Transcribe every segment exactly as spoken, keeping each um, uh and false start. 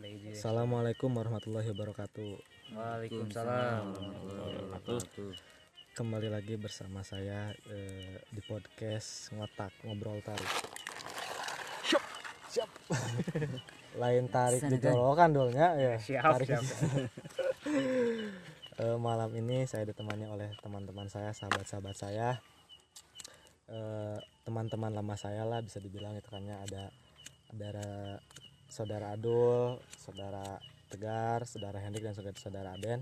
Assalamualaikum warahmatullahi wabarakatuh. Waalaikumsalam warahmatullahi wabarakatuh. Kembali lagi bersama saya eh, di podcast Ngotak Ngobrol Tarik. Siap, siap. Lain tarik dijolokan dulunya ya. Siap, tarik. siap. eh, malam ini saya ditemani oleh teman-teman saya, sahabat-sahabat saya, eh, teman-teman lama saya lah bisa dibilang itu kan ya. Ada ada saudara Adul, saudara Tegar, saudara Hendrik dan saudara saudara Aden.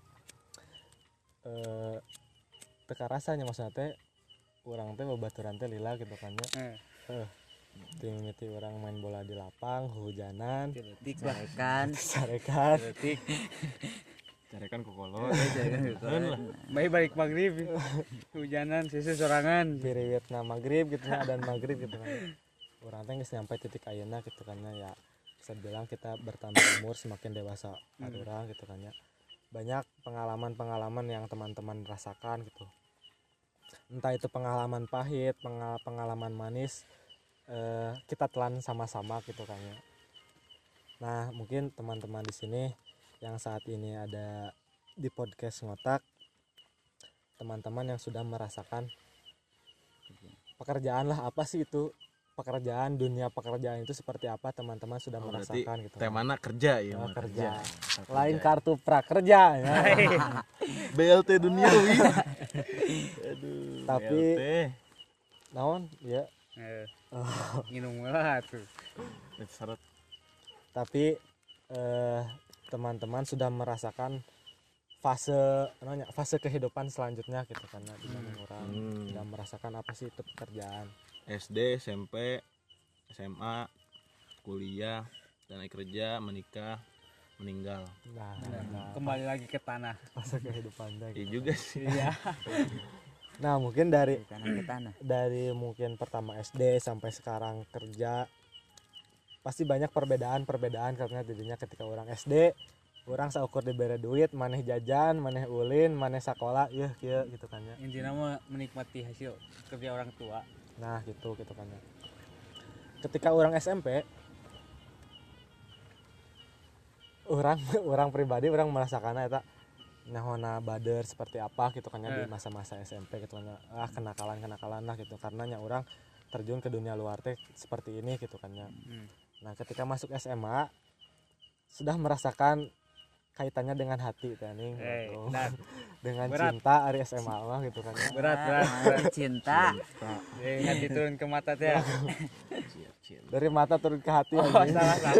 Eh, teka rasanya maksudnya teh orang teh babaturan teh lila gitu kan ya. Eh, timiti orang main bola di lapang, hujanan, Detik bahkan sarekan, detik Carekan kokolot. baik balik maghrib hujanan sisi sorangan piriwitna maghrib gitu ya, dan maghrib gitu kan. Orang teh geus nyampe titik ayeuna gitu kan ya. Bisa bilang kita bertambah umur semakin dewasa hmm. orang gitu kan ya. Banyak pengalaman-pengalaman yang teman-teman rasakan gitu. Entah itu pengalaman pahit, pengal- pengalaman manis, eh, kita telan sama-sama gitu kan ya. Nah, mungkin teman-teman di sini yang saat ini ada di podcast Ngotak, teman-teman yang sudah merasakan pekerjaan lah, apa sih itu pekerjaan, dunia pekerjaan itu seperti apa, teman-teman sudah oh, merasakan gitu. Temana kerja ya, oh, kerja. kerja. Lain kartu prakerja ya. B L T duniawi. Aduh. Tapi B L T naon ya. Eh, oh. Minum lah tuh. Tapi eh, teman-teman sudah merasakan fase namanya fase kehidupan selanjutnya gitu karena di mana hmm. orang hmm. sudah merasakan apa sih itu pekerjaan. S D, S M P, S M A, kuliah, dan kerja, menikah, meninggal. Nah, nah, nah kembali lagi ke tanah. Fase kehidupannya. Iya gitu. Juga sih. Iya. Nah, mungkin dari tanah ke tanah. Dari mungkin pertama S D sampai sekarang kerja pasti banyak perbedaan-perbedaan karena jadinya ketika orang S D orang saukur diberi duit, maneh jajan, maneh ulin, maneh sekolah, ya gitu kan ya. Intinya mah menikmati hasil kerja orang tua. Nah gitu gitu kan ya. Ketika orang S M P orang orang pribadi orang merasakan eta nahona bader seperti apa gitu kan ya eh. di masa-masa S M P gitu kan ya. Ah kenakalan-kenakalan lah gitu karena nya orang terjun ke dunia luar teh seperti ini gitu kan ya. Hmm. Nah ketika masuk S M A sudah merasakan kaitannya dengan hati tening hey, gitu. Dengan berat. Cinta dari S M A lah gitu kan ya. Berat berat, berat. Cinta. Dari hati turun ke mata teh. Dari mata turun ke hati. Oh, salah, salah.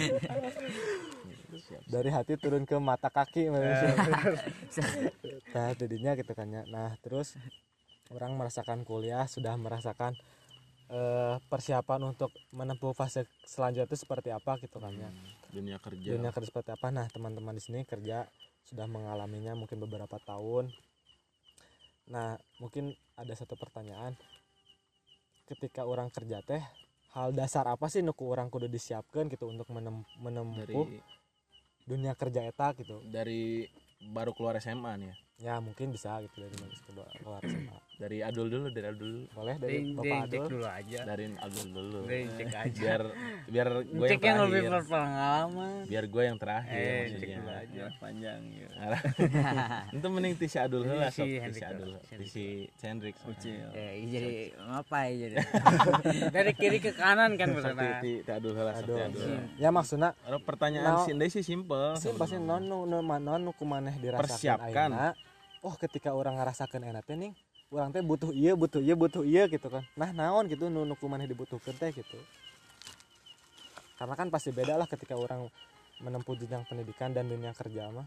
Dari hati turun ke mata kaki manusia. Nah, jadinya gitu kan ya. Nah, terus orang merasakan kuliah, sudah merasakan Uh, persiapan untuk menempuh fase selanjutnya itu seperti apa gitu kan ya. Dunia kerja. Dunia kerja seperti apa. Nah, teman-teman di sini kerja sudah mengalaminya mungkin beberapa tahun. Nah, mungkin ada satu pertanyaan. Ketika orang kerja teh, hal dasar apa sih nuku orang kudu disiapkan gitu untuk menem- menempuh dari, dunia kerja eta gitu. Dari baru keluar S M A nih ya. Ya, mungkin bisa gitu dari keluar S M A. Dari Adul dulu, dari Adul. Boleh dari Ding, Bapak ding, Adul. Cek dulu aja. Dari Adul dulu. Ding, cek aja. Biar biar gue cek yang, yang lebih berpengalaman. Biar gue yang terakhir eh, maksudnya. Cek dulu aja. Panjang ya. Itu mending ti si Adul lah, si Adul. Si Hendrik. Ucil. Eh, jadi apa ya jadi? Dari kiri ke kanan kan bersama. Ti Adul lah, Adul. Ya maksudnya pertanyaan sih sih simpel. Simpel sih non non non kumaneh dirasakan ayeuna. Oh ketika orang ngerasakan enak teh ning orang teh butuh iya butuh iya butuh iya gitu kan. Nah naon gitu nu nu kumaneh dibutuhkeun teh gitu. Karena kan pasti beda lah ketika orang menempuh jenjang pendidikan dan dunia kerja mah.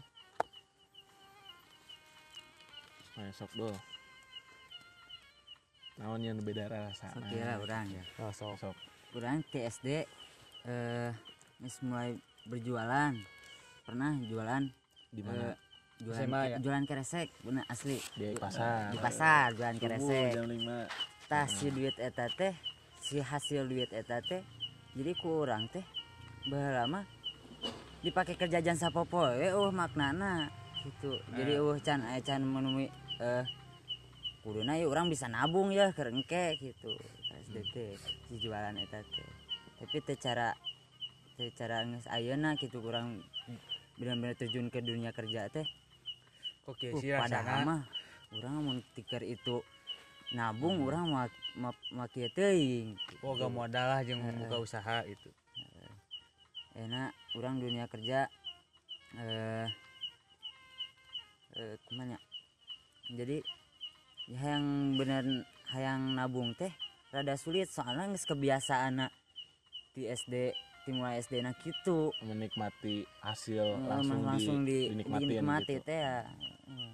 Nah, sok dulu. Naon yang beda rasa. Sok kira urang ya. Oh, sok. Sok. Urang T S D eh mulai berjualan. Pernah jualan di mana? Eh, jualan ya? Jualan keresek bener asli di pasar di pasar jualan keresek jam lima tah si duit eta teh si hasil duit eta teh jadi kurang teh baheula mah dipake kerja jajan sapopo we uh maknana gitu jadi uh can aya can menemui eh kuduna yeuh urang bisa nabung ya keur engke gitu S D teh si jualan eta teh tapi teh cara teh cara geus ayeuna kitu kurang benar-benar terjun ke dunia kerja teh. Kok kieu Uh, sih padahal rasana? mah urang mun tiker itu nabung urang mah mah mah kieu teuing. Boga modal lah jeung Heeh. buka usaha itu. Enak urang dunia kerja eh eh kumaha nya? Jadi yang bener hayang nabung teh rada sulit soalnya geus kebiasaan di S D di mulai S D na kitu. Menikmati hasil Eh, langsung, langsung di, di, dinikmatin dinikmati gitu. teh ya. Eh,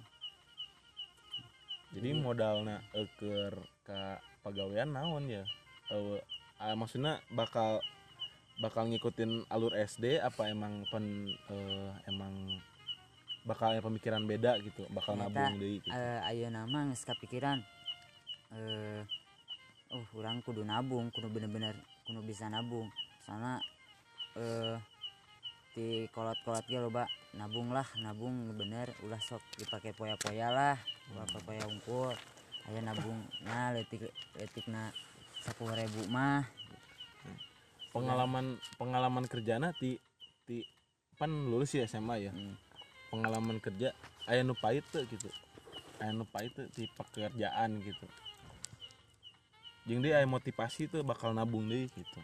Jadi modalna eker ka pagawean naon ya? Eh, ah, maksudnya bakal bakal ngikutin alur S D apa emang pen eh, emang bakal ada pemikiran beda gitu, bakal Eta, nabung deui gitu. eh, ayeuna mah geus kapikiran eh uh urang kudu nabung, kudu bener-bener kudu bisa nabung. Soalnya eh di kolot-kolot ge loba nabung lah, nabung bener ulah sok dipake poya-poya lah, ulah poya unggul. Aya nabung nah leutik leutikna sepuluh ribu mah. Pengalaman pengalaman kerjana ti ti pan lulus ya S M A ya. Hmm. Pengalaman kerja aya nu pahit teu gitu. Aya nu pahit teu ti pekerjaan gitu. Jeung dia aya motivasi tuh bakal nabung deui gitu.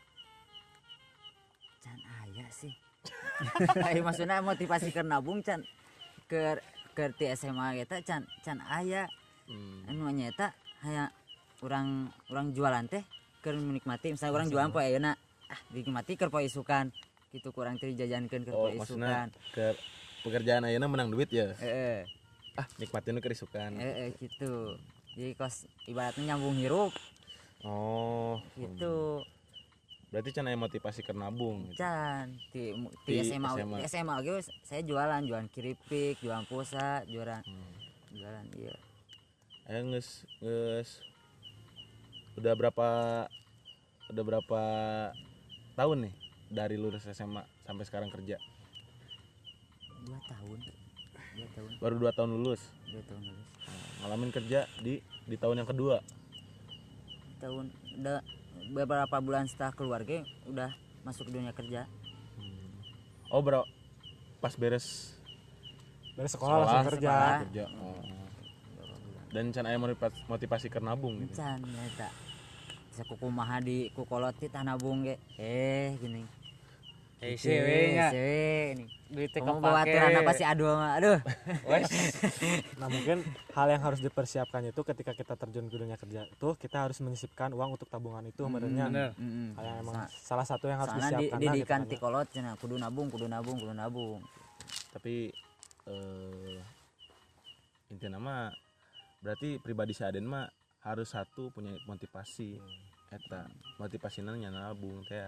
Can aya sih. Ayo maksudnya motivasi ke nabung can ke ke ti S M A eta can can aya. Hmm. Anu nyata hanya orang orang jualan teh keur menikmati misalnya orang jualan poe ayeuna ah dinikmati keur poe isukan kitu kurang teh dijajankeun keur Oh, poe maksudnya isukan. ke pekerjaan ayeuna menang duit ya. Heeh. Ah, nikmatin nu kerisukan. Heeh gitu. Jadi kos ibaratnya nyambung hirup Oh, gitu. berarti can aya motivasi ke nabung gitu. Can ti ti Di S M A S M A. di S M A ge saya jualan jualan keripik, jualan pulsa, jualan Hmm. jualan iya. Aya geus geus udah berapa udah berapa tahun nih dari lulus S M A sampai sekarang kerja? Dua tahun. Dua tahun. Baru dua tahun lulus. Dua tahun lulus. Ngalamin kerja di di tahun yang kedua. Tahun udah beberapa bulan setelah keluarga udah masuk ke dunia kerja. Oh, bro. Pas beres Dari sekolah langsung sekolah, kerja. sekolah. kerja. Oh. Dan can aya motivasi, motivasi ke nabung gitu. Can eta. Bisa kukumaha di kukolot ti tah nabung ge. Eh gini. Eh we nya. Sewe nih. Duit teh Kamu kepake. bawaturan apa sih aduh mah. Aduh. Wes. Nah mungkin hal yang harus dipersiapkan itu ketika kita terjun ke dunia kerja itu kita harus menyisipkan uang untuk tabungan itu sebenarnya Bener. Heeh. hal yang emang salah satu yang harus Soalnya di, disiapkan lah didikan gitu kan ti ya. kolot cenah kudu nabung, kudu nabung, kudu nabung. Tapi eh intinya mah berarti pribadi si Aden mah harus satu punya motivasi eta motivasinya nya nabung teh.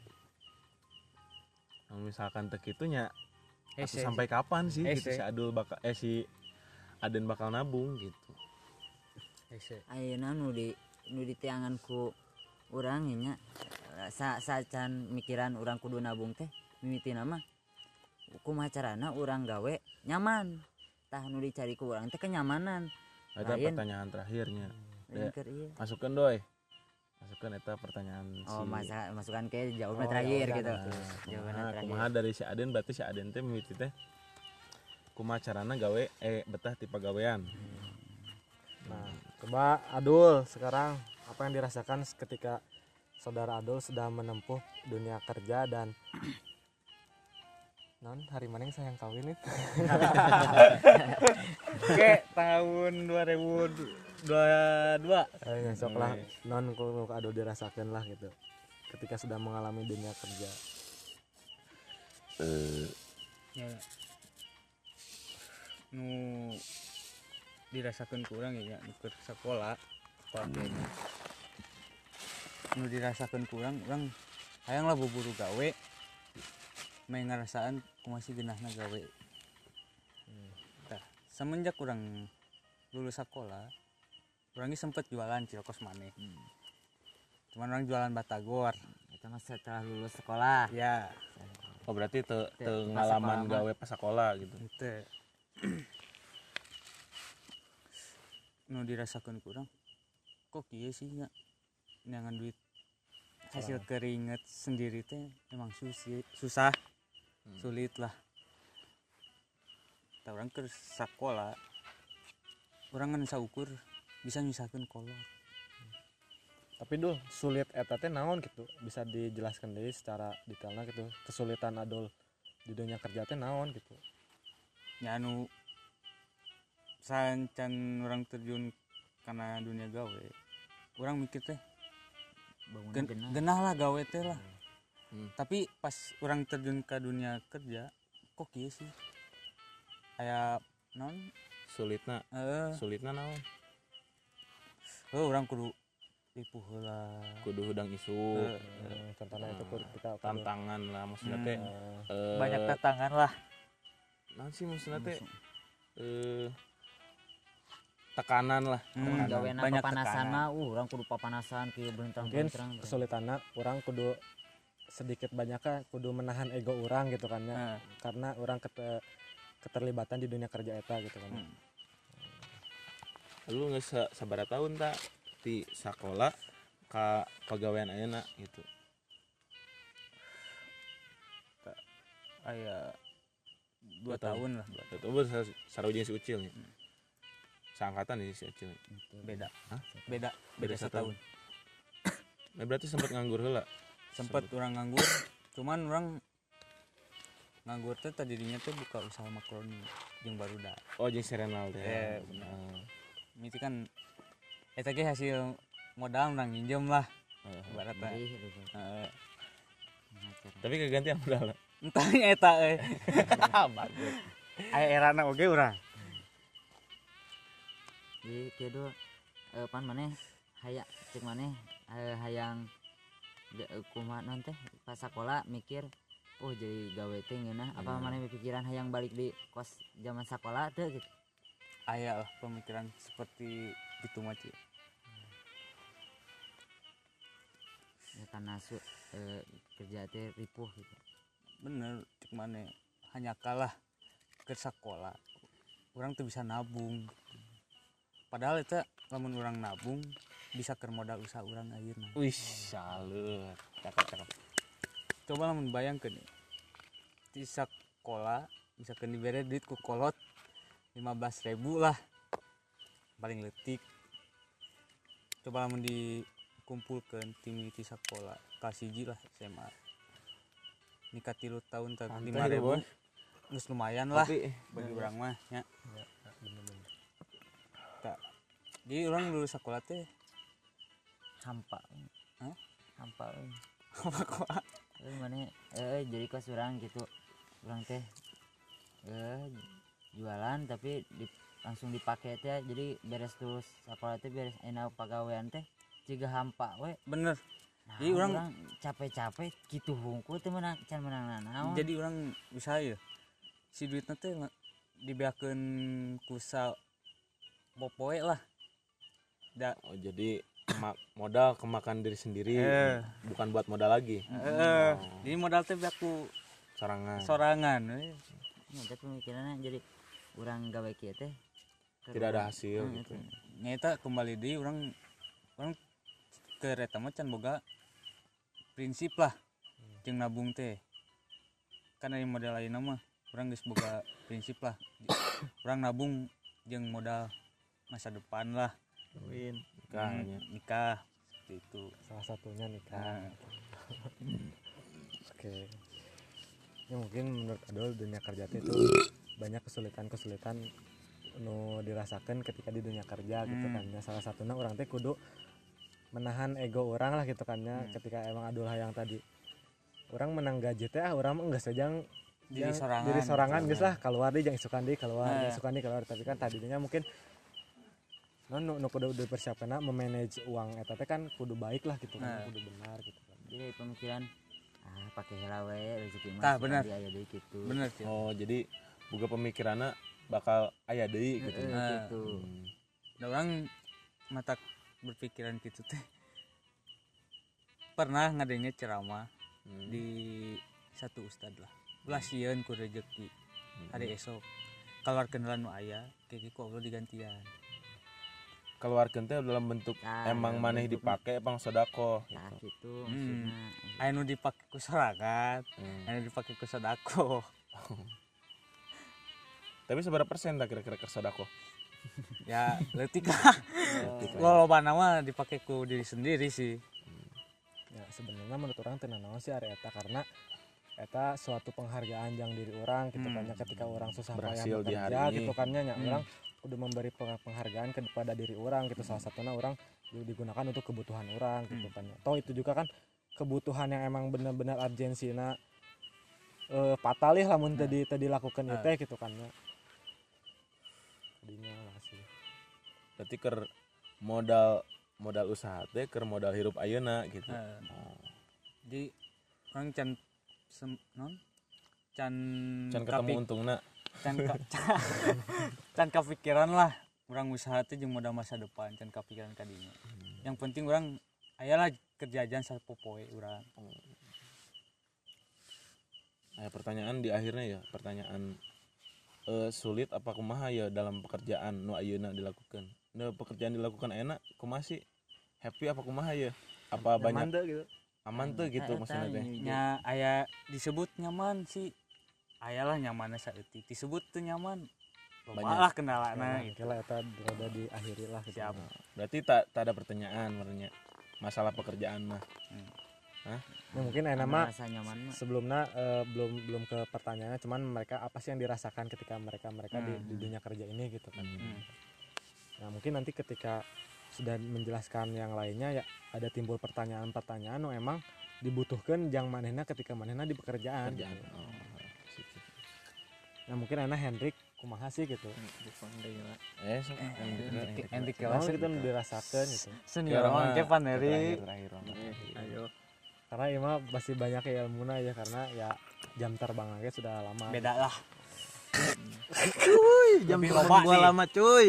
Nah, misalkan teu kitu nya atuh Hese. sampai kapan sih gitu Hese. si Adul bakal eh si Aden bakal nabung gitu. Hese. Ayeuna nu di nu ditiangan ku urang nya sa sacan mikiran urang kudu nabung teh mimitina mah kumaha carana urang gawe nyaman. Tah nu dicari ku urang teh kenyamanan. Eta Lain. pertanyaan terakhirnya. Lain Ya. keur ieu. Masukkan doy. Masukkan eta pertanyaan Oh, si masa masukan ke jawaban Oh, terakhir ya udah, gitu. nanti. Jawaban Kumaha, terakhir. kumaha dari si Aden berarti si Aden teh mimiti teh kumaha carana gawe eh betah ti pagawean. Nah coba Adul sekarang apa yang dirasakan ketika saudara Adul sedang menempuh dunia kerja dan non hari mana yang sayang kawin itu Oke, tahun dua ribu dua puluh dua. eh, sok lah non ku Adul dirasakan lah gitu ketika sedang mengalami dunia kerja. Ya. Nu dirasakan kurang ya nu ke sekolah pakai nu dirasakan kurang orang hayang lah buburu gawe main ngerasaan ku masih genahna gawe. Tah, semenjak kurang lulus sekolah orangnya sempet jualan cilokos maneh. Cuman orang jualan batagor. Itu mah setelah lulus sekolah. Ya, Oh berarti teu Teu teu pas ngalaman sekolah mah. gawe pas sekolah gitu. itu. Nu dirasakan kurang kok kieu sih nya neangan duit hasil keringet sendiri teh memang susi, susah Hmm. sulit lah. Ta orang ke sekolah orang kan saukur bisa nyusahkeun kolot. Tapi dul sulit eta teh naon gitu bisa dijelaskan deui secara detailna gitu kesulitan adul di dunia kerja teh naon gitu. Ya anu sancan orang terjun karena dunia gawe orang mikir teh bangun gen, genah genah lah gawe teh lah. Hmm. Tapi pas orang terjun ke dunia kerja kok kieu sih kayak non Sulitna eh sulitna naon? oh, orang kudu ripuh heula. Kudu hudang isu. Eh, Hmm, contohnya itu kudu kita kudu, Tantangan lah maksudnya Hmm. teh. eh, eh, banyak tantangan lah. naon sih maksudnya teh? Eh tekanan lah. Hmm, tekanan. gawena banyak papanasan tekanan. mah uh urang kudu papanasan kieu mungkin berentang-berentang kesulitannya orang kudu sedikit banyaknya kudu menahan ego orang gitu kan ya Eh, karena orang kete, keterlibatan di dunia kerja eta gitu kan. hmm. Lu geus sa- sabaraha tahun tak di sakola ka pagawean ayeuna gitu. Aya Dua dua tahun lah dua Itu beuh sarojeng si Ucil nya. Seangkatan nih si Ucil. beda Hah? beda Beda beda setahun. Nah, berarti sempat nganggur heula. Sempet orang nganggur cuman orang nganggur teh tadinya tuh buka usaha makaroni jeung barudak. Oh, jeung Serenal teh. Eh, benar. Itu kan eta ge hasil modal nang nginjem lah ibaratnya. Ih, gitu. Heeh. Ngacer. Tapi kegantian modal. Entah nya eta euy. Bagus. Aya erana oge urang. Jadi kieu eh pan maneh haya cek maneh eh, hayang de- eh, kumaha non teh pas sakola mikir oh jadi gawe teh ngeunah apa Hmm. maneh pikiran hayang balik di kos zaman sakola teh gitu. Aya lah pemikiran seperti itu mah Ci. Ya karena su, eh, kerja teh ripuh gitu. Bener cek maneh hanya kalah ke sekolah. Orang tuh bisa nabung. Padahal itu lamun orang nabung bisa ke modal usaha orang ayeuna. Wih, salut. Cakep cakep. Coba lamun bayangkeun di sekolah bisa ke dibere duit ku kolot lima belas ribu lah paling letik. Coba lamun dikumpulkeun tim di sekolah kelas hiji lah S M A nikah tilu tahun tak Santai lima deh, ribu Bos. geus lumayan lah Tapi bagi orang mah nya. Ya, bener-bener. Tak. Jadi orang lulus sekolah teh Hampa. Hah? Hampa. euy. apa kok Eh maneh eh jadi kos urang gitu. Urang teh eh jualan tapi di, langsung dipakai teh jadi beres lulus sekolah teh beres enak pagawean teh jiga hampa we. bener. Nah, Jadi urang- urang capek-capek gitu hungkul teh menang can menang naon. Jadi orang usaha ya si duitnya teh nggak dibiarkan kusa popoe lah. Da, oh, jadi ma- modal kemakan diri sendiri, Eh. bukan buat modal lagi. eh, jadi modal teh biarku Sorangan. sorangan. eh. Nyata pemikirannya jadi urang gawe kieu teh Tidak ada hasil Hmm, gitu. itu. Nyata kembali di orang orang ke eta mah can boga prinsip lah jeung nabung teh. Kan dari modal lain mah orang geus boga prinsip lah. Orang nabung jeung modal masa depan lah. Kawin, Hmm, nikahnya. nikah seperti itu. Salah satunya nikah. Nah, Oke. Ya mungkin menurut Adol dunia kerja teh itu banyak kesulitan-kesulitan nu dirasakan ketika di dunia kerja gitu Hmm. kan ya. Salah satunya orang teh kudu menahan ego orang lah gitu kan ya Hmm. ketika emang Adul hayang tadi orang menang gaji teh ah urang mah geus sejang diri yang- sorangan. diri sorangan geus lah keluar deui jeung isukan deui keluar Nah. jeung isukan deui keluar tapi kan tadinya mungkin non nu, nu kudu dipersiapkan memanage uang eta teh kan kudu baik lah gitu kan Nah. kudu benar gitu kan. Jadi pemikiran ah pakai heula we rezeki mah Tah, suka bener. di aya deui kitu. Bener sih. Oh, jadi boga pemikiranna bakal aya deui gitu. Heeh, Nah. gitu. Hmm. Da orang mata berpikiran gitu teh pernah ngadenge ceramah Hmm. di satu ustad lah ulah sieun ku rezeki Hmm. hari esok keluar kenalan nu aya kayak gitu Allah digantian keluarkeun teh dalam bentuk Nah, emang dalam maneh bentuk- dipake emang sodako Nah gitu. gitu Hmm. maksudnya. anu dipake ku sorakat Hmm. anu dipake ku sodako. Tapi seberapa persen tak kira-kira ke sodako? Ya leutik lah Leutik lah. lolobana mah dipake ku diri sendiri sih. Ya sebenarnya menurut orang teu naon sih are eta karena eta suatu penghargaan yang diri orang gitu Hmm. kan nya ketika orang susah payah Berhasil di hari bekerja ini. gitu kan nya nya Hmm. orang udah memberi peng- penghargaan kepada diri orang gitu salah satunya orang juga digunakan untuk kebutuhan orang gitu Hmm. kan nya. Toh itu juga kan kebutuhan yang emang benar-benar urgensina eh fatal ya lamun Nah. tadi tadi lakukan Nah. itu teh gitu kan nya. Jadinya masih Berarti ker modal modal usaha teh keur modal hirup ayeuna gitu. Heeh. Oh. Jadi orang can sem, non can Can ketemu kapik- untungna. can, ka- can, can kepikiran lah orang usaha teh jeung modal masa depan can kepikiran kadinya. Yang penting orang ayalah kerjaan sapopoe urang. Nah, pertanyaan di akhirnya ya, pertanyaan eh, sulit apa kumaha ya dalam pekerjaan nu ayeuna dilakukan. Nu pekerjaan dilakukan enak, kumaha sih? Happy apa kumaha ya? Apa banyak nyaman teh gitu. aman tuh gitu Eta maksudnya teh. Nya aya disebut nyaman sih. Ayalah nyamanna saeutik. Disebut teu nyaman. Banyak. Banyak lah kendalana Nah, gitu. kira eta rada diakhiri lah gitu. Siap. Nah, berarti tak tak ada pertanyaan sebenarnya masalah pekerjaan mah. Ya, mungkin enak Anu mah rasa nyaman mah. sebelumnya eh, belum belum ke pertanyaannya cuman mereka apa sih yang dirasakan ketika mereka mereka di, Hmm. di dunia kerja ini gitu kan. Hmm. Nah mungkin nanti ketika sudah menjelaskan yang lainnya ya ada timbul pertanyaan-pertanyaan oh emang dibutuhkan yang manehna ketika manehna di pekerjaan. Pekerjaan. gitu. Oh, sip, sip. Nah mungkin enak Hendrik kumaha sih gitu. Eh, sok. Endik- endik Kalau kelas kita dirasakan gitu. senior mah ke paneri. Terakhir, terakhir. Ayo. Karena ima masih banyak ya ilmuna ya karena ya jam terbang aja sudah lama. Beda lah. Jam Lebih terbang loba gua nih. lama cuy.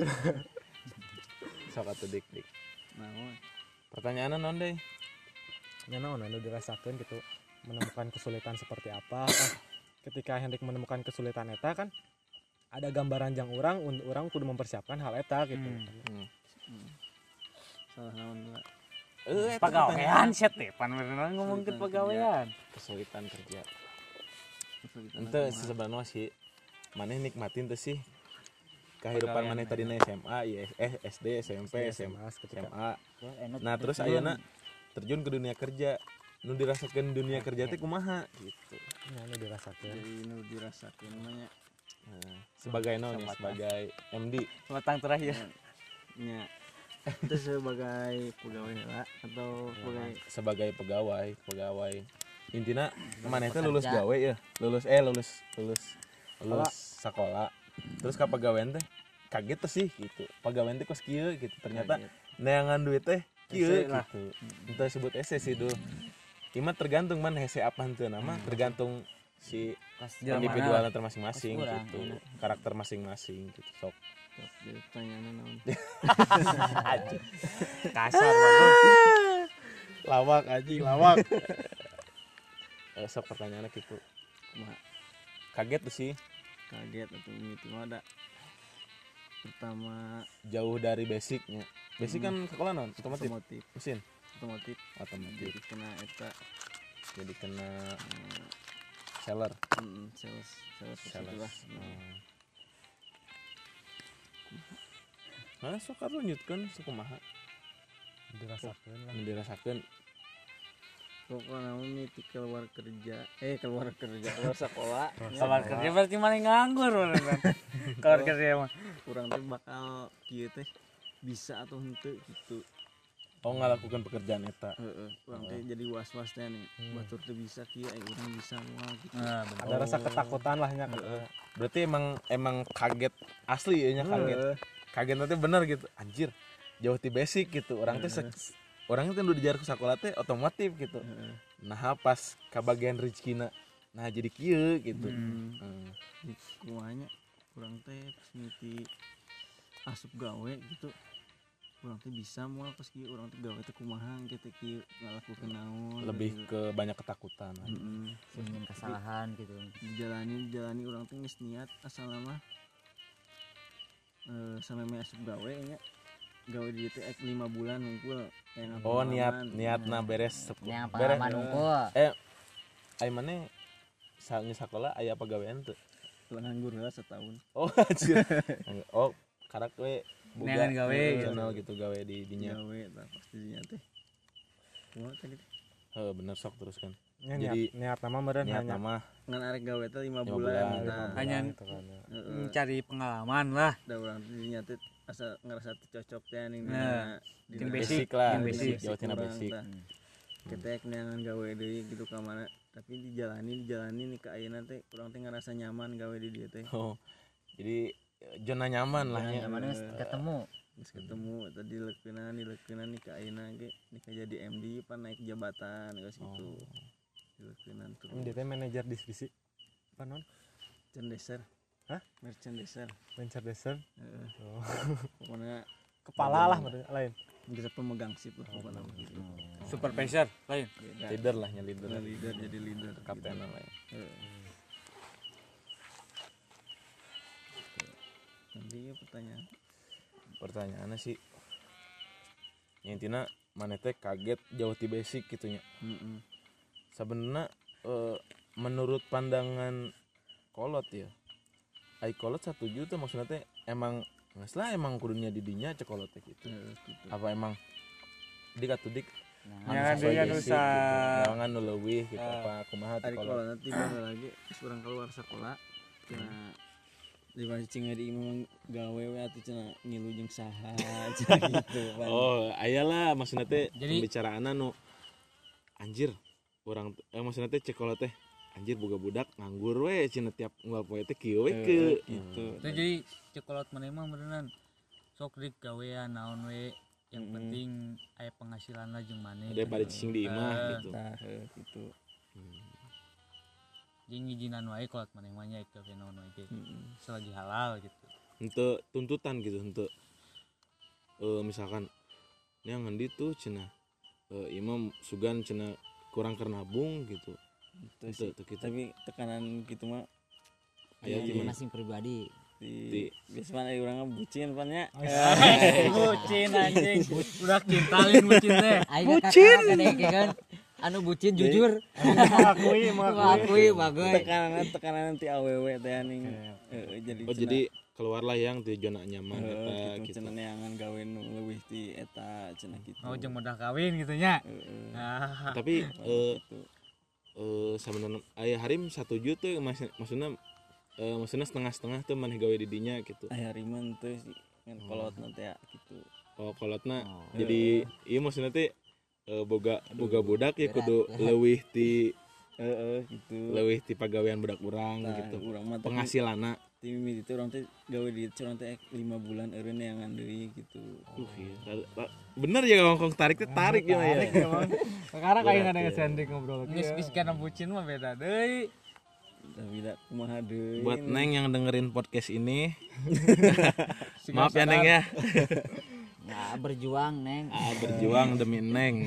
Sok atuh dik dik. Naon? Pertanyaan non deh. Ya naon anu dirasakan gitu menemukan kesulitan seperti apa kan ketika Hendrik menemukan kesulitan eta kan ada gambaran yang orang un- orang kudu mempersiapkan hal eta gitu. Hmm. Hmm. Salah naon lah. Eh, eta Pegawaian set deh, pan beneran ngomong ke pegawaian. kesulitan kerja. Kesulitan Ente aku mah. sebenarnya sih maneh nikmatin tuh sih kehidupan Pegawaian maneh tadi ya. S M A, ya eh S D, S M P, S M A, S ketika Ya, enak Nah, terus terjun. ayeuna terjun ke dunia kerja. Nu dirasakan dunia kerja teh kumaha gitu. ya, anu dirasakan. Jadi nu dirasakeun mah nya Nah, sebagai non ya, Sahabat, sebagai M D. Batang terakhir. nya itu sebagai pegawai lah atau pegawai Sebagai pegawai, pegawai. Intinya maneh teh pekerja. lulus gawe ya, lulus eh lulus lulus lulus sekolah. Terus ka pegawaian teh kaget tuh sih gitu. Pegawaian teh kos kieu gitu. Ternyata kaget. neangan duit teh kieu Ese lah. gitu. Itu disebut ese sih dulu. Ima tergantung man hese apa henteu nama, tergantung si Pas Jalan individualnya masing-masing Pas kurang, gitu. enak. Karakter masing-masing gitu. Sok. Sok, jadi pertanyaan naon? Kasar banget. Lawak anjing, lawak. Eh, sok pertanyaannya gitu. Kumaha? Kaget tuh sih, Kaget atau mimiti mah ada. Pertama jauh dari basicnya. Basic kan sekolah non, otomotif, otomotif, mesin, otomotif. otomotif. Jadi kena eta Jadi kena eh, seller, mm, sales sales seller. lah. Hmm. Nah, sok atuh lanjutkeun sakumaha Dirasakan lah. nu dirasakeun. Pokoknya namun mimiti keluar kerja, eh keluar kerja, keluar sekolah. Kabar kerja berarti mana nganggur beneran. Kabar kerja mah. Kurang teh bakal kieu teh bisa atau henteu gitu. Oh, ngalakukan pekerjaan eta. Heeh, urang teh jadi was-was teh nih. Batur teh bisa kieu, eh urang bisa moal gitu. Nah, bener. Ada rasa ketakutan lah nya. Berarti emang emang kaget asli ya nya kaget. Kaget nanti bener gitu. Anjir, jauh ti basic gitu. Orang teh se- orang teh udah dijar ke sekolah teh otomotif gitu. Heeh. Nah, pas ke bagian rezekina. Nah, jadi kieu gitu. Hmm. Hmm. Kumanya kurang teh pas mimiti asup gawe gitu. Urang teh bisa moal pas kieu urang teh gawe teh kumaha gitu kieu ngalakukeun naon. Lebih gitu. ke banyak ketakutan. Heeh. ingin kesalahan gitu. Dijalani dijalani urang teh geus niat asal mah eh sampai me asup gawe nya gawe di teh ek lima bulan ngumpul kayak Oh niat niatna beres sepu- yang beres pengalaman unggul ai maneh saat sekolah aya pagawean teu tuh nganggur lah setahun. oh anjir oh karak we Neangan gawe channel gitu gawe di dinya Gawe tah pasti dinya teh. Kumaha tadi teh? heuh bener sok teruskan Ya, Jadi, niat niat nama meureun niat hanya nama Ngan arek gawe teh lima Lima bulan. bulan, Nah, lima Hanya bulan gitu kan ya. heeh. mencari pengalaman lah. Da urang teh dinya teh asa ngerasa teu cocok teh ning Nah, dina yang basic, basic lah yang basic basic. jawa tina urang basic tah. Ketek neangan gawe deui gitu ka mana tapi dijalani dijalani nih ka ayeuna teh urang teh ngerasa nyaman gawe di dieu teh. oh jadi zona nyaman lah nya yang mana ketemu Terus ketemu tadi dilekeunan dilekeunan nih ka ayeuna ge nih ka jadi M D pan naik jabatan geus Oh. gitu. Dilekeunan Ini terus. dia teh manajer divisi apa non Merchandiser. Hah? Merchandiser. Merchandiser Heeh. oh. Pokoknya kepala lah maksudnya lain bisa pemegang sip lah pokoknya. Supervisor lain. Beda. leader lah nya leader Nah, leader jadi leader. kapten lah ya Heeh. Nanti ya pertanyaan. pertanyaannya sih yang intinya mana teh kaget jauh ti basic gitunya Heeh. sebenarnya eh, menurut pandangan kolot ya ai kolot satu juta maksudnya teh emang nggak lah emang kudunya didinya cek kolot teh gitu Heeh, gitu. apa emang dik atuh dik Jangan sesuai dia basic nusa. gitu jangan nu leuwih gitu Ah. apa kumaha teh Hari kolot kalau nanti balik lagi seorang keluar sekolah cina di mana cing di memang gawe we atau cina ngilu jeung saha cina gitu Pan. oh ayalah maksudnya teh Jadi- pembicaraanna nu anjir orang eh maksudnya teh cek kolot teh anjir boga budak nganggur we cenah tiap unggal poe teh kieu we ke gitu. Itu jadi cekolot mana mah beneran sok dik gawean naon we yang Mm. penting aya penghasilan lah jeung maneh. daripada cicing di imah Eh, gitu Tah heuh, gitu. Jeung ngijinan wae kolot maneh mah nya gawe naon wae ge. Heeh. Selagi halal gitu. untuk tuntutan gitu untuk eh misalkan yang ngendi tuh cenah eh, imam sugan cenah kurang kernabung gitu Gitu itu sih. tuh gitu Tapi tekanan gitu mah aya di- di mana masing pribadi di Di- biasa mana urang mah bucin pan nya. Bucin anjing. Udah cintalin bucin teh. bucin kan anu bucin jujur mengakui mengakui bagus Tekanan tekanan nanti awewe teh ning heeh, jadi oh cenah- jadi keluarlah yang di zona nyaman Heeh, eta gitu, gitu cenah neangan gawe nu leuwih ti eta cenah gitu. Oh jeung modah kawin gitu nya. Heeh. Nah, tapi eh Gitu. eh sebenarnya ayah harim satu juta mas, maksudnya eh, maksudnya setengah-setengah tuh maneh gawe didinya gitu Aya riman teh sih ngan kolot nanti ya gitu. oh kolotna Oh. jadi iya maksudnya teh eh, boga boga budak ya berat, kudu berat. leuwih ti Heeh gitu. leuwih ti pagawean budak urang Nah, gitu urang mah tapi penghasilanna ti mimiti teh urang teh gawe di urang teh lima bulan eureun neangan deui gitu. uh iya Ra- bener ya ngomong tarik teh tarik ya ya sekarang kayak nggak ada Berat, ya. ngesendik ngobrol geus gitu geus kana bucin mah beda deui. Tapi da kumaha deui. buat neng yang dengerin podcast ini Si maaf ya neng ya nggak berjuang neng ah, berjuang demi neng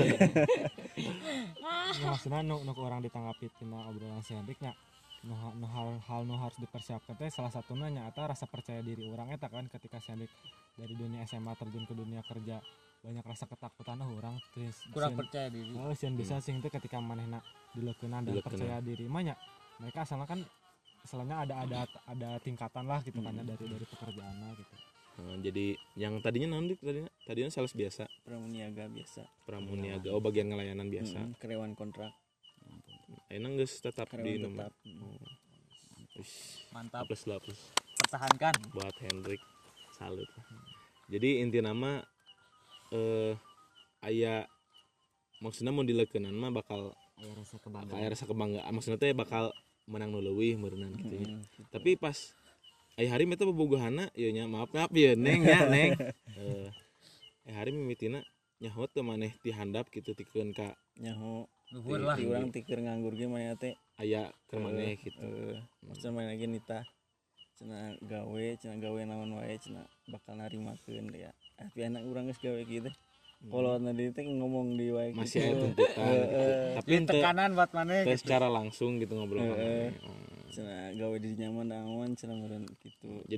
Ya, maksudnya nu, nu orang ditanggapi tina obrolan si Hendrik nya nu, ha- nu hal hal nu harus dipersiapkan teh salah satunya nyata rasa percaya diri orang eta kan ketika si Hendrik dari dunia S M A terjun ke dunia kerja banyak rasa ketakutan oh orang terus Kurang sieun- percaya diri. oh, sieun bisa sing teh ketika manehna dileukeunnan dan Dileukeunnan. percaya diri mah nya mereka asalnya kan asalnya ada ada ada tingkatan lah gitu kan ya dari dari pekerjaannya gitu. Nah, jadi yang tadinya naon dik tadinya tadinya sales biasa pramuniaga biasa. pramuniaga oh bagian ngelayanan biasa Mm, karyawan kontrak, enak geus tetap di karyawan nomor tetap. Ush, Mantap, plus lah plus pertahankan. buat Hendrik salut lah. Jadi inti nama eh aya maksudnya mau dileukeunnan mah bakal aya rasa bakal kebanggaan aya rasa kebanggaan maksudnya teh bakal menang nu leuwih meureunnan gitu nya. Mm, gitu. Tapi pas aya hari eta bobogohana ieu nya maaf maaf ya neng ya neng eh eh hari mimitina nyaho teu maneh ti handap gitu tikeun ka Nyaho Luhur ti- lah. ti urang tikeun nganggur ge mah teh aya keur maneh gitu. heeh maksudna main lagi nita cenah gawe cenah gawe naon wae cenah bakal narimakeun ya tapi anak urang geus gawe kieu teh kolotna deui teh ngomong di wae Masih gitu. aya tuntutan gitu. Tapi Jadi teu tekanan buat maneh teu gitu. secara langsung gitu ngobrol sama Heeh. maneh. Oh. cenah gawe di nyaman naon cenah meureun gitu. Jadi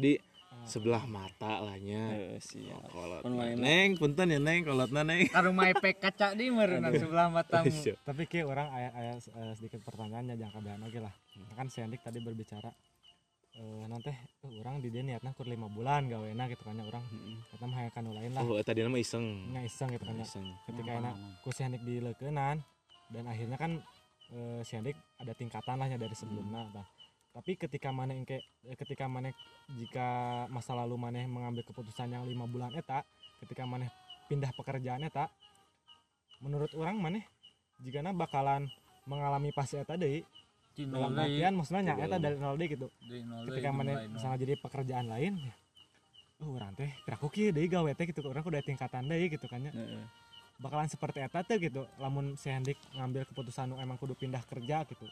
sebelah mata lah nya. Heeh, siap. Kolot. Mun manehna- Neng, punten ya Neng, kolotna Neng. Karumah efek kaca di meureunna sebelah matamu. Siap. Tapi kayak orang aya, aya eh, sedikit pertanyaannya jangka bean oke lah. Kan si Andik tadi berbicara eh nanti eh, orang di dia niatnya kur lima bulan gawena gitu kan ya orang kata mah hayang kanu lain lah. Oh, tadi nama iseng. Nya iseng gitu kan ya. Iseng. Ketika enak ku si Andik dileukeunnan dan akhirnya kan eh, si Andik ada tingkatan lahnya dari sebelumnya. Nah, tapi ketika mana engke eh, ketika mana jika masa lalu mana mengambil keputusan yang lima bulan eta, ketika mana pindah pekerjaan eta, menurut orang mana jikana bakalan mengalami fase eta deui Di dalam nol deui. artian maksudnya nya eta dari nol deui gitu. Di nol deui, Ketika mana dimulai nol. misalnya jadi pekerjaan lain ya, oh urang teh piraku kieu deui gawe teh gitu, urang kudu aya tingkatan deui gitu kan ya. Heeh. Bakalan seperti eta teh gitu lamun si Hendik ngambil keputusan nu emang kudu pindah kerja gitu.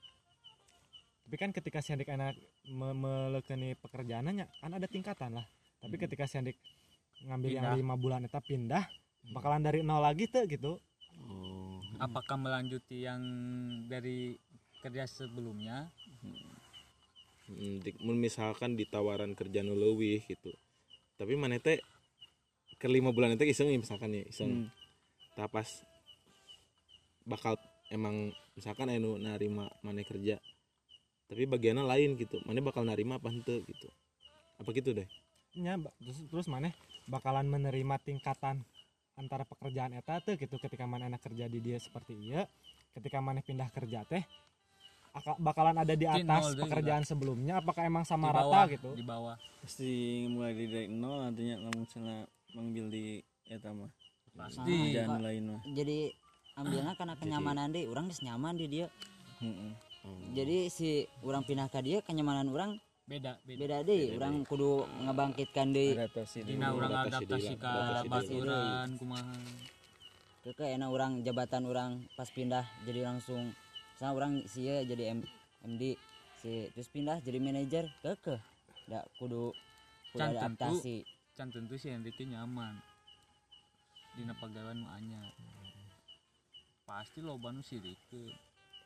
Tapi kan ketika si Hendik enak me meleukeni pekerjaannya kan ada tingkatan lah. Tapi ketika si Hendik ngambil yang Pindah. lima bulan eta pindah bakalan dari nol lagi tuh gitu. Oh. Apakah melanjuti yang dari kerja sebelumnya? Hmm, dik- mun misalkan ditawaran kerja nu leuwih gitu. Tapi maneh teh ke lima bulan itu iseng ya misalkan ya, iseng. Hmm. Tah pas bakal emang misalkan anu narima maneh kerja. Tapi bagiannya lain gitu. Maneh bakal narima apa henteu gitu. Apa gitu deh? Nya ba- terus terus maneh bakalan menerima tingkatan antara pekerjaan eta teh gitu ketika maneh enak kerja di dia seperti ieu. Ketika maneh pindah kerja teh aka- bakalan ada di Di atas nol deui pekerjaan sebelumnya apakah emang sama Di rata bawah, gitu? Di bawah. Pasti mulai dari nol nantinya lamun cenah manggil di eta mah. Pasti. Kerjaan lain mah. Jadi ambilnya karena kenyamanan deh orang geus nyaman di dia. Heeh. Jadi si orang pindah ke dia kenyamanan orang Beda, beda. beda deh. Orang kudu ngebangkitkan deh Adaptasi Dina dulu. urang Adaptasi adaptasi deui ka lah, adaptasi baturan kumaha. ke enak orang jabatan orang pas pindah jadi langsung misalnya orang sia jadi M, MD si terus pindah jadi manajer keke ndak kudu kudu Can tentu. adaptasi. Can tentu si Henry teh nyaman. Dina pagawean nu anyar. Pasti loba nu sirikeun.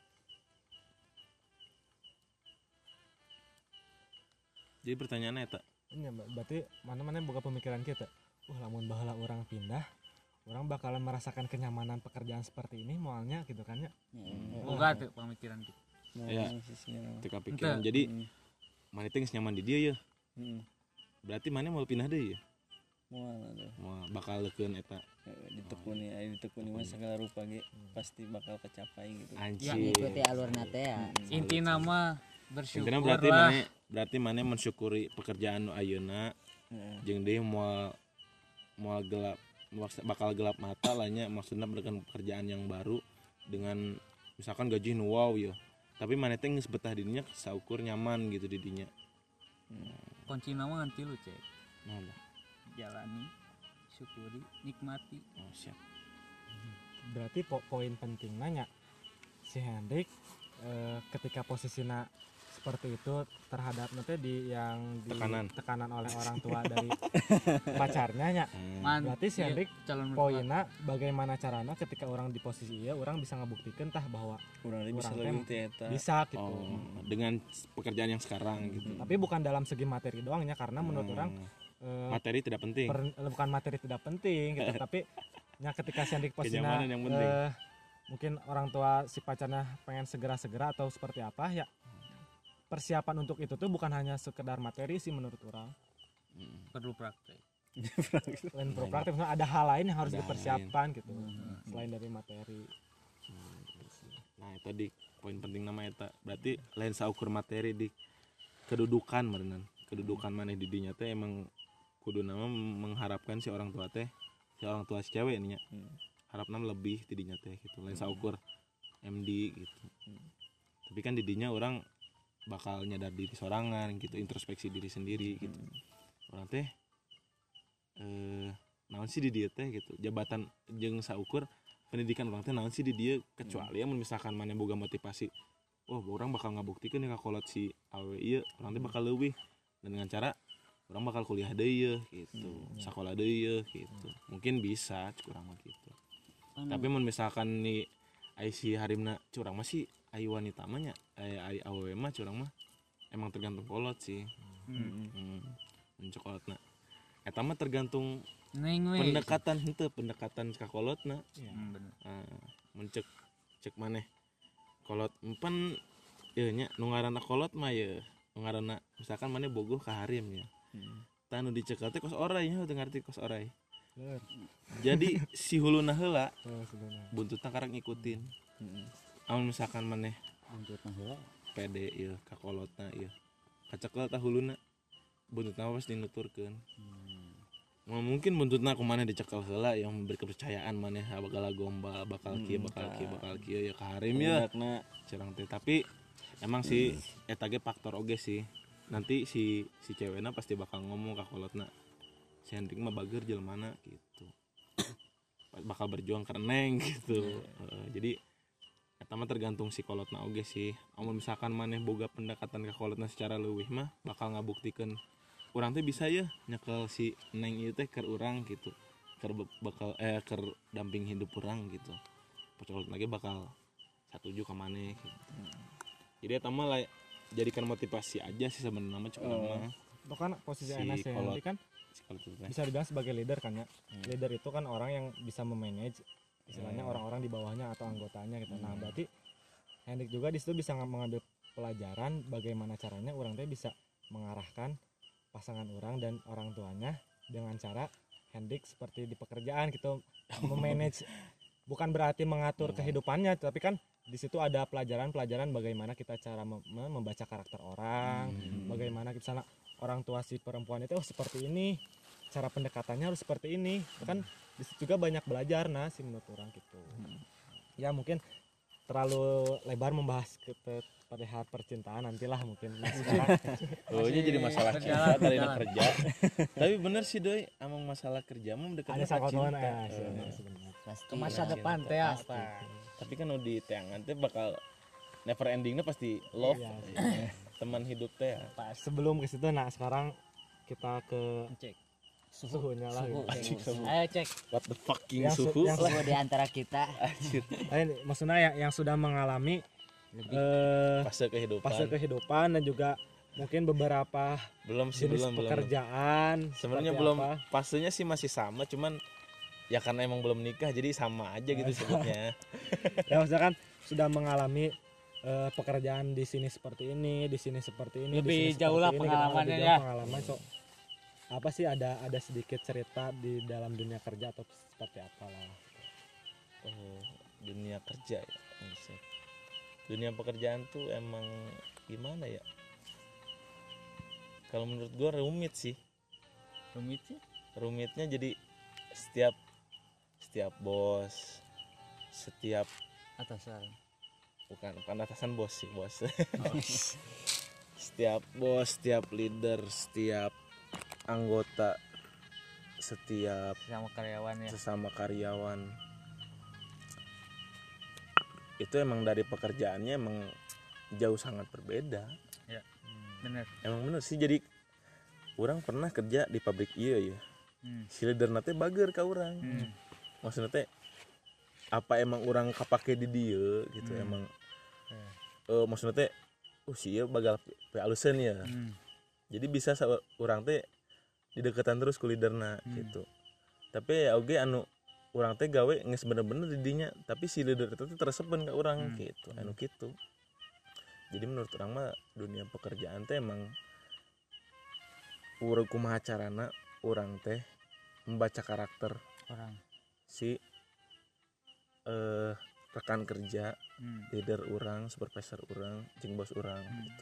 Jadi pertanyaannya eta. Iya, Mbak. Berarti mana-mana boga pemikiran kita. Wah, lamun baheula orang pindah, orang bakalan merasakan kenyamanan pekerjaan seperti ini moalnya gitu kan ya. Ya, Boga teh pamikiran kitu. Nah, Iya. sisinya. Teu kapikiran. Jadi maneh teh geus nyaman di dia ya. Heeh. Berarti maneh mau pindah deui ya. Moal atuh. Mau bakal leukeun eta. Heeh, ditekuni aya ditekuni mah segala rupa ge pasti bakal kecapai gitu. Anjir. ngikuti alurna teh ya. Intina mah bersyukur Intinya berarti lah. maneh berarti maneh mensyukuri pekerjaan nu ayeuna Heeh. jeung deui moal moal gelap moal- bakal gelap mata lah nya maksudna dengan pekerjaan yang baru dengan misalkan gaji nu wow ya. Tapi maneh teh geus betah di dinya saukur nyaman gitu di dinya. Kuncina mah ngan tilu cek. Nah, lah. Jalani, syukuri, nikmati. Oh, siap. Berarti po poin penting nanya si Hendrik eh, ketika posisinya seperti itu terhadap nanti di yang di Tekanan. tekanan oleh orang tua dari pacarnya nya. Hmm. Man, Berarti si iya, Hendrik calon mertua. poinnya bagaimana caranya ketika orang di posisi iya orang bisa ngebuktikan tah bahwa Urang teh bisa Urang leuwih teh teh eta. bisa gitu. Oh, dengan pekerjaan yang sekarang gitu. Tapi bukan dalam segi materi doangnya karena menurut Hmm. orang eh, Materi tidak penting. per- bukan materi tidak penting gitu tapi ya ketika si Hendrik posisinya Kenyamanan yang penting. eh, mungkin orang tua si pacarnya pengen segera-segera atau seperti apa ya persiapan untuk itu tuh bukan hanya sekedar materi sih menurut orang Hmm. Perlu praktek. selain pro praktik maksudnya ada hal lain yang harus Ada hal dipersiapkan gitu selain dari materi. Nah, itu di poin penting nama eta. Berarti lain saukur materi di kedudukan merenan. Kedudukan maneh di dinya teh emang kudu nama mengharapkan si orang tua teh, si orang tua si cewek nih nya. Harapna lebih di dinya teh gitu. Lain saukur M D gitu. Tapi kan di dinya orang bakal nyadar diri sorangan gitu, introspeksi diri sendiri gitu. Orang teh eh naon sih di dia teh gitu. Jabatan jeung saukur pendidikan orang teh naon sih di dia kecuali ya misalkan mana boga motivasi oh orang bakal ngabuktikan ya kolot si awe ieu orang teh bakal leuwih dan dengan cara orang bakal kuliah deui yeuh gitu sekolah deui yeuh gitu mungkin bisa curang mah gitu tapi mun misalkan nih ai si harimna curang mah sih ai wanita mah nya ai ai awewe mah curang mah emang tergantung kolot sih Hmm. hmm. mencokolotna eta mah tergantung Neng we. pendekatan henteu pendekatan ka kolotna. Hmm, bener. uh, mencek cek maneh kolot empan ieu nya nu ngaranna kolot mah ye nu ngaranna misalkan maneh bogoh ka harim ya tah nu dicekel teh kos oray nya teu ngarti kos oray jadi si huluna heula Oh, sebenarnya. buntutna karek ngikutin amun misalkan maneh buntutna heula pede ieu ka kolotna ieu kacekel tah huluna buntutna pasti nuturkeun. Nah, mungkin buntutna kumaneh dicekel heula yang memberi kepercayaan maneh bakal gombal bakal kieu bakal kieu bakal kieu ya ka harim ya Budakna cerang teh tapi emang si eta ge faktor oge sih nanti si si cewekna pasti bakal ngomong ka kolotna si Hendrik mah bager jelmana gitu bakal berjuang karena neng gitu. Uh, jadi eta mah tergantung si kolotna oge sih amun misalkan maneh boga pendekatan ka kolotna secara leuwih mah bakal ngabuktikeun urang teh bisa ya nyekel si neng ieu teh keur urang gitu keur bakal eh keur damping hidup urang gitu kolotna ge bakal satuju ka maneh gitu. Jadi eta mah lah jadikan motivasi aja sih sebenarnya mah cukup mah Itu kan posisi Si Enas ya, kolot. nanti kan si kolot itu teh. bisa dibilang sebagai leader kan ya. Leader itu kan orang yang bisa memanage istilahnya orang-orang di bawahnya atau anggotanya gitu. Nah, berarti Hendrik juga di situ bisa ng- mengambil pelajaran bagaimana caranya orang teh bisa mengarahkan pasangan orang dan orang tuanya dengan cara Hendrik seperti di pekerjaan gitu memanage bukan berarti mengatur kehidupannya tapi kan di situ ada pelajaran-pelajaran bagaimana kita cara mem- membaca karakter orang, bagaimana misalnya orang tua si perempuan itu oh seperti ini, cara pendekatannya harus seperti ini. Kan di situ juga banyak belajar nah sih menurut orang gitu. Ya mungkin terlalu lebar membahas ke ke- perihal percintaan nantilah mungkin. Nah, sekarang Oh, ini jadi masalah berjalan, cinta tadi berjalan. kerja. Tapi bener sih doi, emang masalah kerja mah ada mendekatnya sangkut cinta. pautnya ya Eh, sebenarnya. sebenarnya. pasti Ke masa Cinta, depan teh ya. pasti. Tapi kan udah di teangan teh bakal never endingnya pasti love. Iya, Eh, teman hidup teh ya. Sebelum ke situ nah sekarang kita ke Cek. suhunya lah. Suhu, gitu. suhu, suhu. Ayo cek. What the fucking Yang su- suhu? yang Suhu di antara kita Anjir. Lain, maksudnya yang yang sudah mengalami lebih eh Fase kehidupan. fase kehidupan dan juga mungkin beberapa belum sih jenis belum belum. pekerjaan Sebenarnya seperti belum apa. fasenya sih masih sama cuman ya karena emang belum nikah jadi sama aja gitu sebutnya. Ya maksudnya kan sudah mengalami eh, pekerjaan di sini seperti ini di sini seperti ini di Lebih sini jauh seperti lah ini, pengalamannya lebih ya. jauh pengalaman so apa sih ada ada sedikit cerita di dalam dunia kerja atau seperti apa lah. Oh, dunia kerja ya. Buset. Dunia pekerjaan tuh emang gimana ya? Kalau menurut gua rumit sih. Rumit sih. Rumitnya jadi setiap setiap bos, setiap Atasan. bukan bukan atasan bos sih bos. Setiap bos, setiap leader, setiap anggota, setiap Sama karyawan ya. sesama karyawan itu emang dari pekerjaannya emang jauh sangat berbeda. Bener. Emang bener sih jadi orang pernah kerja di pabrik iya ya Hmm. si leader nate bager ka orang Hmm. maksudnya teh apa emang orang kapake di dia gitu Hmm. emang eh maksudnya teh oh si ieu bagal pe alusen ya Hmm. jadi bisa sa orang teh di deketan terus ku leaderna Hmm. gitu tapi ya oge anu orang teh gawe geus bener-bener di dinya tapi si leader itu teh teresepen ka orang Hmm. gitu anu gitu jadi menurut orang mah dunia pekerjaan teh emang urang kumaha carana orang teh membaca karakter Orang. si eh rekan kerja Hmm. leader orang supervisor orang jeung bos orang Hmm. gitu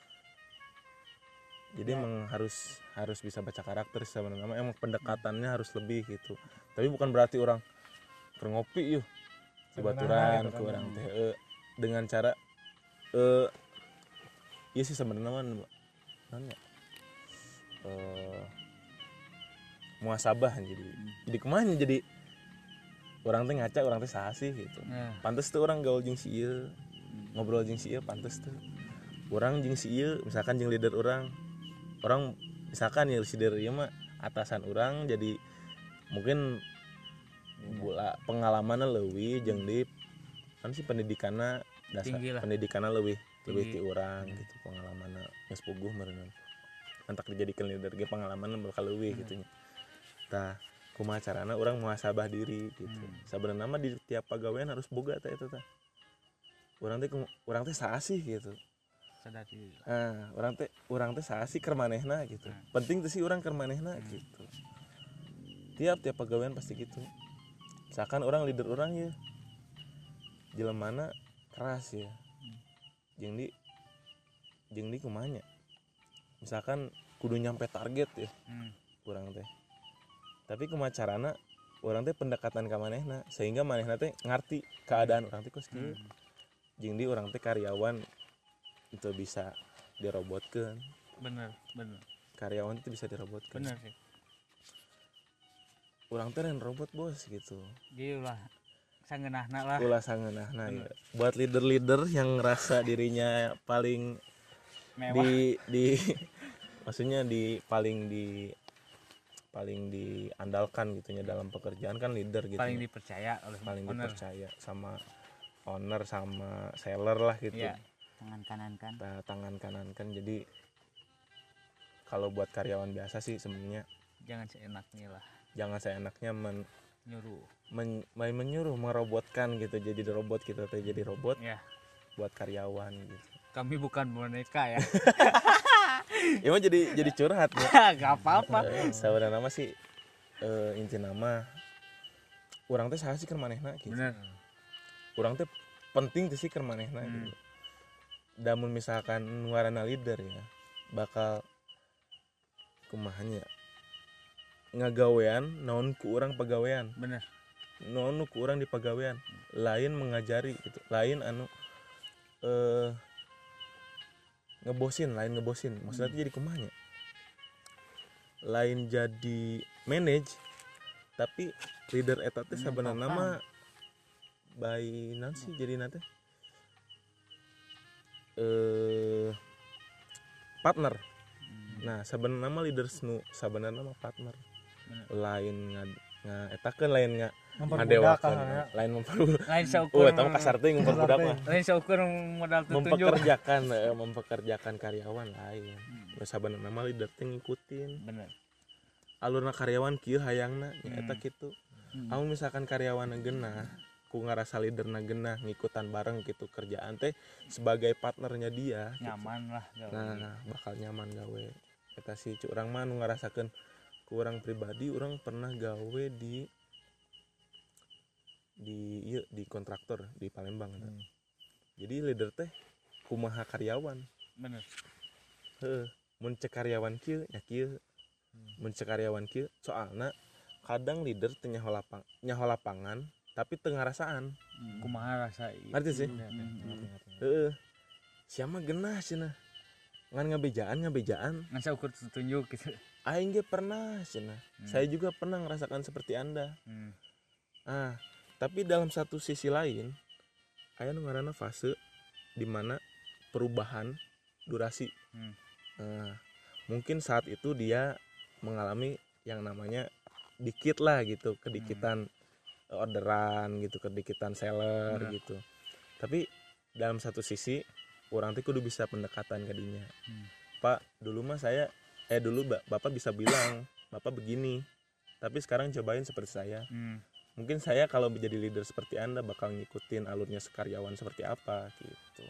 jadi emang harus harus bisa baca karakter sih sebenarnya Mah emang pendekatannya harus lebih gitu tapi bukan berarti orang keur ngopi yuk Sebenarnya baturan gitu ke kan. orang teh eh, dengan cara eh iya sih sebenarnya mah nanya eh muasabah jadi jadi kemana jadi orang teh ngaca orang teh saha sih gitu Nah. pantes tuh orang gaul jeung si ieu ngobrol jeung si ieu pantes tuh orang jeung si ieu misalkan jeung leader orang orang misalkan ya si leader ieu mah atasan orang jadi mungkin gula pengalamannya leuwih jeung di kan sih pendidikanna dasar Tinggi lah. pendidikanna leuwih leuwih Tinggi. ti urang gitu pengalamanna geus puguh meureun antak dijadikan leader ge pengalaman bakal leuwih gitu nya. Tah kumaha carana urang muhasabah diri gitu. Sabenerna mah di tiap pagawean harus boga teh eta tah. Urang teh urang teh saha sih gitu. Sadar diri. Ah, urang teh urang teh saha sih keur manehna gitu. Penting teh sih urang keur manehna gitu. Tiap tiap pagawean pasti gitu. Misalkan orang leader orang ya jelemana keras ya. Jeung di jeung di kumanya. Misalkan kudu nyampe target ya. Hmm. Urang teh. Tapi kumaha carana urang teh pendekatan ka manehna sehingga manehna teh ngarti keadaan urang teh kos kieu. Jeung di urang teh karyawan itu bisa dirobotkeun. Bener, bener. Karyawan itu bisa dirobotkeun. Bener sih. Urang teh lain robot bos gitu. Jadi ulah sangeunahna lah. Ulah sangeunahna ya. Buat leader-leader yang ngerasa dirinya paling Mewah. di di maksudnya di paling di paling diandalkan gitunya dalam pekerjaan kan leader gitu. Paling dipercaya oleh paling owner. dipercaya sama owner sama seller lah gitu. Iya. Tangan kanan kan. Nah, tangan kanan kan jadi kalau buat karyawan biasa sih sebenarnya Jangan seenaknya lah jangan seenaknya men, nyuruh. men, men- menyuruh merobotkan gitu jadi robot kita teh jadi robot Ya, buat karyawan gitu. kami bukan boneka ya. Ya mah jadi jadi curhat ya. Gak apa-apa. Eh, Sebenarnya mah sih eh, inti nama urang teh saha sih keur manehna gitu. Bener. Urang teh penting teh sih keur manehna Hmm. gitu. Damun misalkan nu ngaranna leader ya bakal kumahanya ngagawean naon ku urang pagawean Bener. naon ku urang di pagawean lain mengajari gitu lain anu eh ngebosin lain ngebosin maksudnya Hmm. jadi kumahanya lain jadi manage tapi leader eta teh sabenerna mah by naon sih jadi nate eh partner. Nah sebenarnya mah leader nu sebenarnya mah partner. Bener. Lain nga ngaetakeun lain nga Memperbudak ngadewakeun kasarnya. lain memperbudak. Lain Oh seukur. eta mah kasar teh memperbudak mah. Lain seukur modal tunjuk. Mempekerjakan eh, mempekerjakan karyawan lain. Terus sabenerna mah leader teh ngikutin. Bener. Alurna karyawan kieu hayangna nya eta Hmm. kitu. Hmm. Amun misalkan karyawanna geunah ku ngarasa leaderna geunah ngikutan bareng gitu kerjaan teh sebagai partnernya dia gitu. Nyaman lah gawe. Nah bakal nyaman gawe eta sih cu urang mah nu ngarasakeun ku urang pribadi urang pernah gawe di di ieu di kontraktor di Palembang eta. Jadi leader teh kumaha karyawan Bener. heuh mun cek karyawan kieu nya kieu mun cek karyawan kieu soalna kadang leader teh nyaho lapang nyaho lapangan tapi teu ngarasaan Kumaha rasa ieu. ngerti sih Hmm. heeh sia mah geunah cenah ngan ngabejaan ngabejaan Ngan seukur tunjuk gitu. aing ge pernah cenah Hmm. saya juga pernah ngerasakan seperti anda Hmm. ah tapi dalam satu sisi lain aya nu ngaranna fase di mana perubahan durasi Hmm. nah, mungkin saat itu dia mengalami yang namanya dikit lah gitu kedikitan orderan gitu kedikitan seller Bener. gitu tapi dalam satu sisi orang tuh kudu bisa pendekatan ke dinya Hmm. Pak dulu mah saya eh dulu ba- bapak bisa bilang bapak begini tapi sekarang cobain seperti saya Hmm. mungkin saya kalau menjadi leader seperti anda bakal ngikutin alurnya sekaryawan seperti apa gitu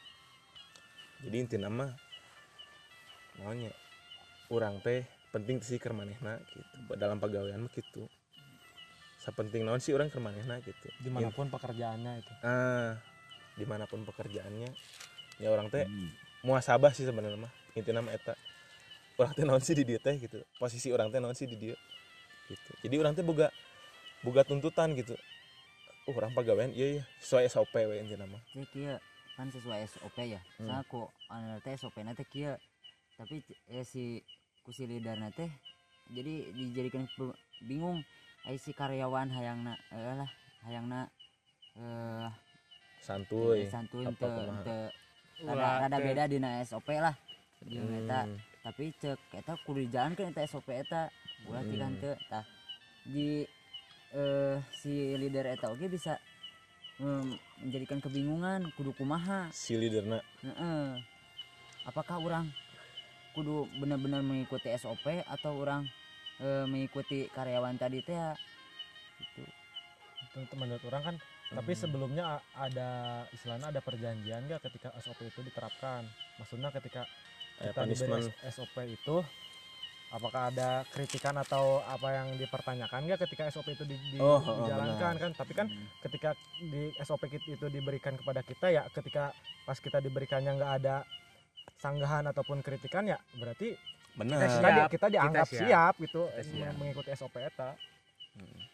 jadi inti nama namanya orang teh penting sih keur manehna gitu dalam pegawaian mah gitu sapenting naon sih orang keur manehna gitu dimanapun pekerjaannya itu. ah dimanapun pekerjaannya ya orang teh muasabah sih sebenarnya mah intinya mah eta orang teh naon sih di dieu teh gitu posisi orang teh naon sih di dieu gitu jadi orang teh boga boga tuntutan gitu uh orang pegawaian iya iya sesuai S O P we intinya mah Cek kieu kan sesuai S O P ya. Hmm. Soalnya ku anu teh S O P na teh kieu. Tapi eh, si ku si leaderna teh jadi dijadikan be- bingung ai si karyawan hayangna eh lah hayangna eh santuy santuy apa teu kumaha. teu Ulah rada rada teu- beda dina S O P lah. Jeung eta Hmm. tapi cek eta kudu dijalankeun eta S O P eta. Ulah Hmm. tigan teu tah di eh si leader eta oge bisa em, menjadikan kebingungan kudu kumaha. si leaderna Heeh. Apakah orang kudu benar-benar mengikuti S O P atau orang eh, mengikuti karyawan tadi teh ya gitu. Itu menurut orang kan, tapi sebelumnya a- ada istilahnya ada perjanjian nggak ketika S O P itu diterapkan? Maksudnya ketika Kayak kita diberi punishment. S O P itu, apakah ada kritikan atau apa yang dipertanyakan nggak ketika S O P itu di- di- Oh, oh, dijalankan benar. kan? Tapi kan ketika di S O P kit- itu diberikan kepada kita ya, ketika pas kita diberikannya nggak ada sanggahan ataupun kritikan ya, berarti Bener. kita, di- Siap, kita dianggap kita siap, siap. gitu Kita siap. mengikuti S O P eta.